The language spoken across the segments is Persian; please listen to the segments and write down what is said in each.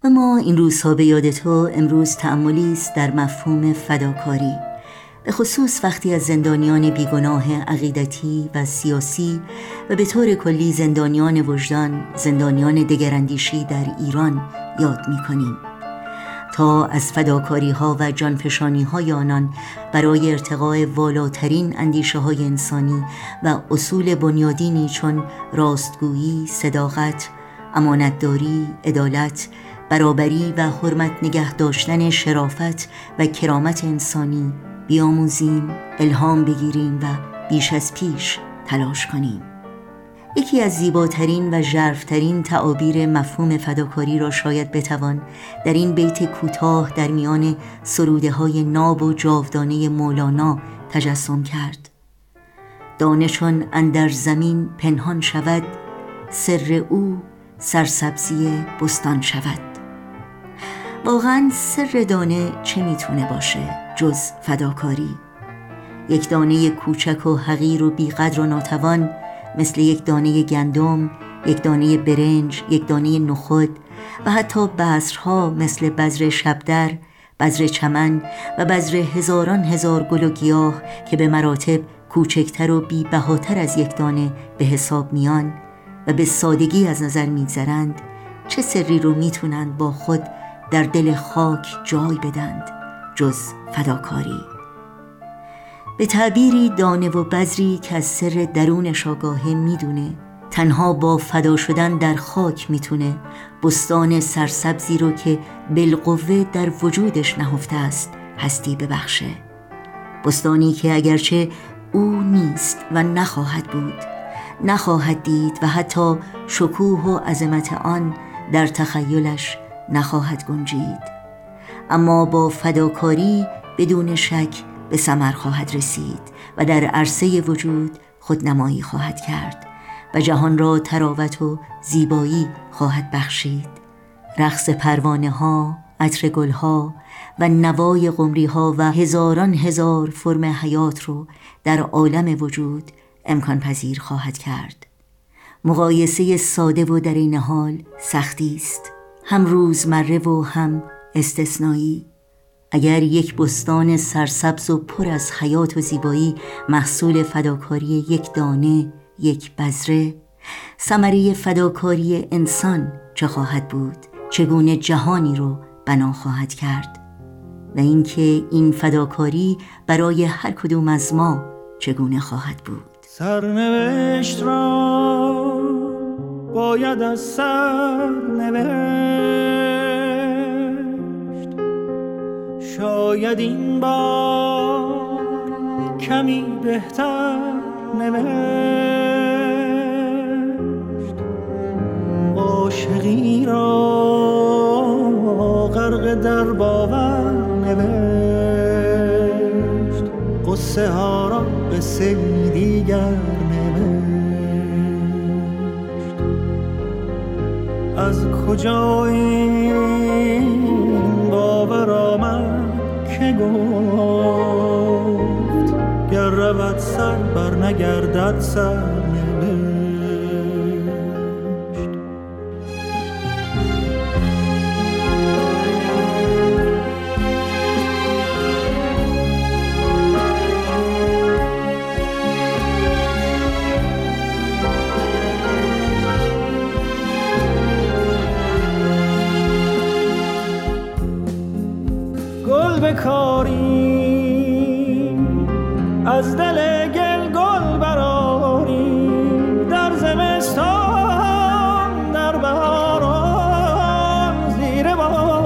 و ما این روزها به یاد تو امروز تأملی است در مفهوم فداکاری، به خصوص وقتی از زندانیان بیگناه عقیدتی و سیاسی و به طور کلی زندانیان وجدان، زندانیان دگراندیشی در ایران یاد می‌کنیم، تا از فداکاری‌ها و جانفشانی‌های آنان برای ارتقاء والاترین اندیشه‌های انسانی و اصول بنیادینی چون راستگویی، صداقت، امانتداری، عدالت، برابری و حرمت نگه داشتن شرافت و کرامت انسانی بیاموزیم، الهام بگیریم و بیش از پیش تلاش کنیم. یکی از زیباترین و ژرف‌ترین تعابیر مفهوم فداکاری را شاید بتوان در این بیت کوتاه در میان سروده‌های ناب و جاودانه مولانا تجسم کرد: دانه چون اندر زمین پنهان شود، سر او سرسبزی بستان شود. واقعاً سر دانه چه میتونه باشه جز فداکاری؟ یک دانه کوچک و حقیر و بیقدر و ناتوان مثل یک دانه گندم، یک دانه برنج، یک دانه نخود و حتی بذرها مثل بذر شبدر، بذر چمن و بذر هزاران هزار گل و گیاه که به مراتب کوچکتر و بی‌بهاتر از یک دانه به حساب میان و به سادگی از نظر میگذرند، چه سری رو میتونند با خود در دل خاک جای بدند جز فداکاری؟ به تعبیری دانه و بذری که از سر درونش آگاهه میدونه، تنها با فدا شدن در خاک میتونه بستان سرسبزی رو که بالقوه در وجودش نهفته است هستی ببخشه. بستانی که اگرچه او نیست و نخواهد بود، نخواهد دید و حتی شکوه و عظمت آن در تخیلش نخواهد گنجید، اما با فداکاری بدون شک به ثمر خواهد رسید و در عرصه وجود خودنمایی خواهد کرد و جهان را تراوت و زیبایی خواهد بخشید. رقص پروانه ها، عطر گل ها و نوای قمری ها و هزاران هزار فرم حیات رو در عالم وجود امکان پذیر خواهد کرد. مقایسه ساده و در این حال سختی است، هم روزمره و هم استثنایی. اگر یک بستان سرسبز و پر از حیات و زیبایی محصول فداکاری یک دانه، یک بذره، ثمره فداکاری انسان چه خواهد بود؟ چگونه جهانی رو بنا خواهد کرد؟ و اینکه این فداکاری برای هر کدوم از ما چگونه خواهد بود؟ سرنوشت را باید از سر نوشت، شاید این بار کمی بهتر نوشت. عاشقی را غرق در باور نوشت، قصه ها را قصه دیگر نوشت. از کجا این باور آمد که گفت گر رود سر بر نگردد سر نوشت. بکاری از دل گل گل براری، در زمستان در بهاران زیر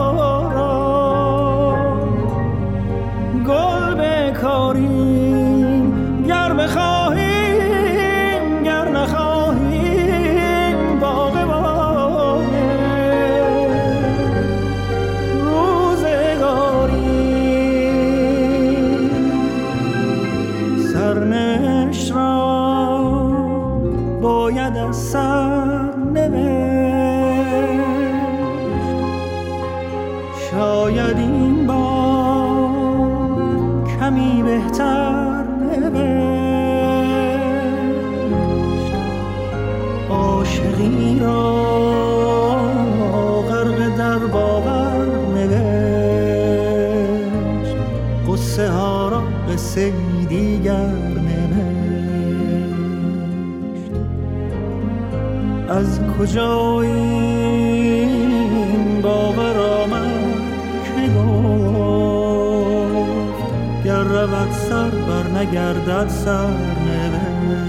باران. گل بکاری گر بخواهیم گر نخواهیم باغبان روزگاری. سرنوشت را باید از سر نوشت، شاید این بار کمی بهتر نوشت. عاشقی را غرق در بار قصه دیگر نوشت. از کجا این باور آمد که گفت گر رود سر بر نگردد سرنوشت.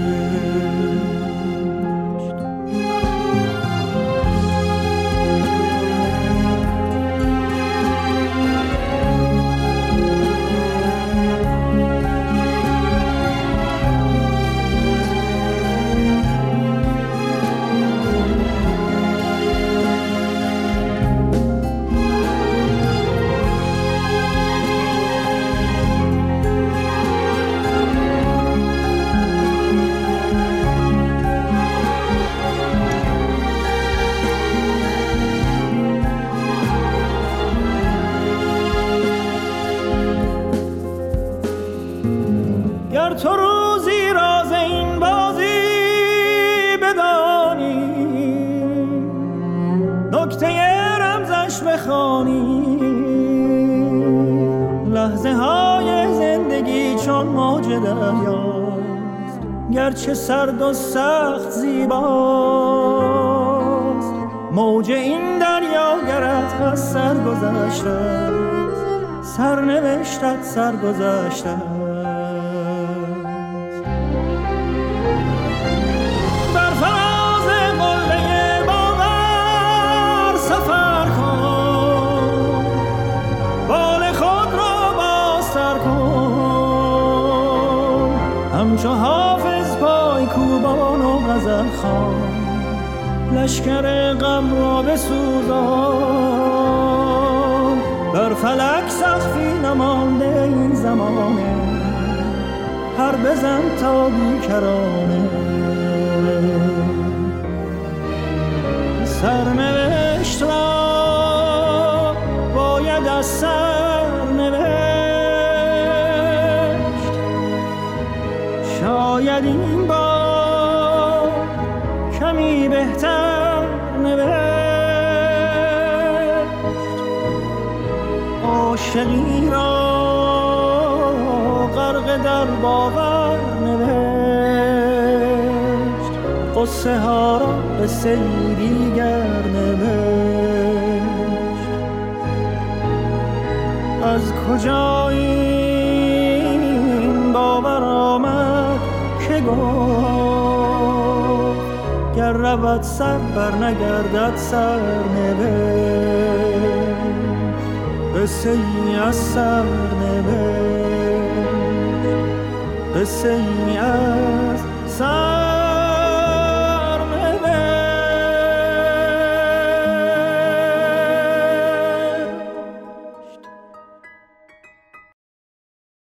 گر تو روزی راز این بازی بدانی، نکته رمزش بخوانی، لحظه های زندگی چون موج دریاست، گرچه سرد و سخت زیباست. موج این دریا گرت از سرگذشته است، سرنوشتت سرگذشته است. همچو حافظ پای کوبان و غزل خوان، لشکر غم را بسوزان. بر فلک سقفی نمانده این زمانه، پر بزن تا بیکرانه. سرنوشت را باید از سرنوشت، شاید این بار کمی بهتر نوشت. عاشقی را غرق در باور نوشت، قصه ها را قصه دیگر نوشت. از کجا این باور آمد که گفت گر رود سر بر نگردد سرنوشت. قصه ای از سرنوشت، قصه ای از سرنوشت.